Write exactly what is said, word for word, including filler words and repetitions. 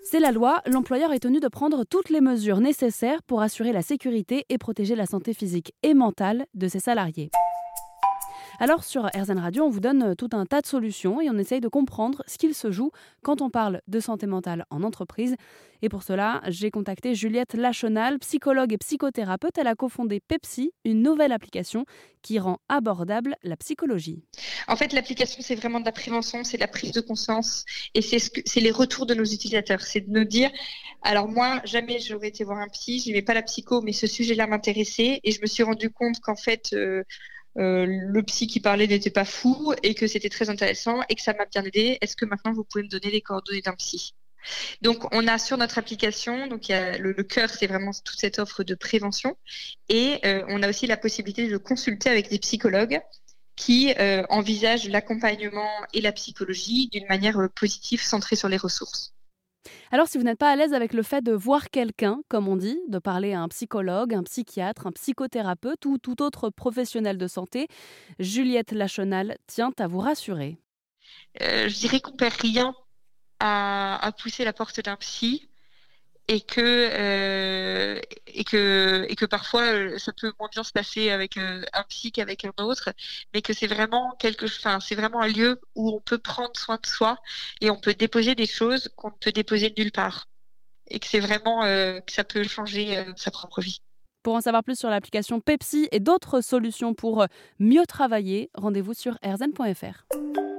C'est la loi, l'employeur est tenu de prendre toutes les mesures nécessaires pour assurer la sécurité et protéger la santé physique et mentale de ses salariés. Alors sur R Z N Radio, on vous donne tout un tas de solutions et on essaye de comprendre ce qu'il se joue quand on parle de santé mentale en entreprise. Et pour cela, j'ai contacté Juliette Lachenal, psychologue et psychothérapeute. Elle a cofondé Pepsi, une nouvelle application qui rend abordable la psychologie. En fait, l'application, c'est vraiment de la prévention, c'est de la prise de conscience et c'est, ce que, c'est les retours de nos utilisateurs. C'est de nous dire, alors moi, jamais j'aurais été voir un psy, je n'aimais pas la psycho, mais ce sujet-là m'intéressait et je me suis rendu compte qu'en fait... Euh, Euh, le psy qui parlait n'était pas fou et que c'était très intéressant et que ça m'a bien aidé. Est-ce que maintenant vous pouvez me donner les coordonnées d'un psy? Donc on a sur notre application, donc il y a le, le cœur, c'est vraiment toute cette offre de prévention et euh, on a aussi la possibilité de consulter avec des psychologues qui euh, envisagent l'accompagnement et la psychologie d'une manière euh, positive, centrée sur les ressources. Alors, si vous n'êtes pas à l'aise avec le fait de voir quelqu'un, comme on dit, de parler à un psychologue, un psychiatre, un psychothérapeute ou tout autre professionnel de santé, Juliette Lachenal tient à vous rassurer. Euh, je dirais qu'on perd rien à, à pousser la porte d'un psy et que, euh, et que, et que parfois euh, ça peut moins bien se passer avec euh, un psy qu'avec un autre, mais que c'est vraiment quelque, enfin, c'est vraiment un lieu où on peut prendre soin de soi et on peut déposer des choses qu'on ne peut déposer nulle part. Et que c'est vraiment euh, que ça peut changer euh, sa propre vie. Pour en savoir plus sur l'application Pepsi et d'autres solutions pour mieux travailler, rendez-vous sur r z n point f r.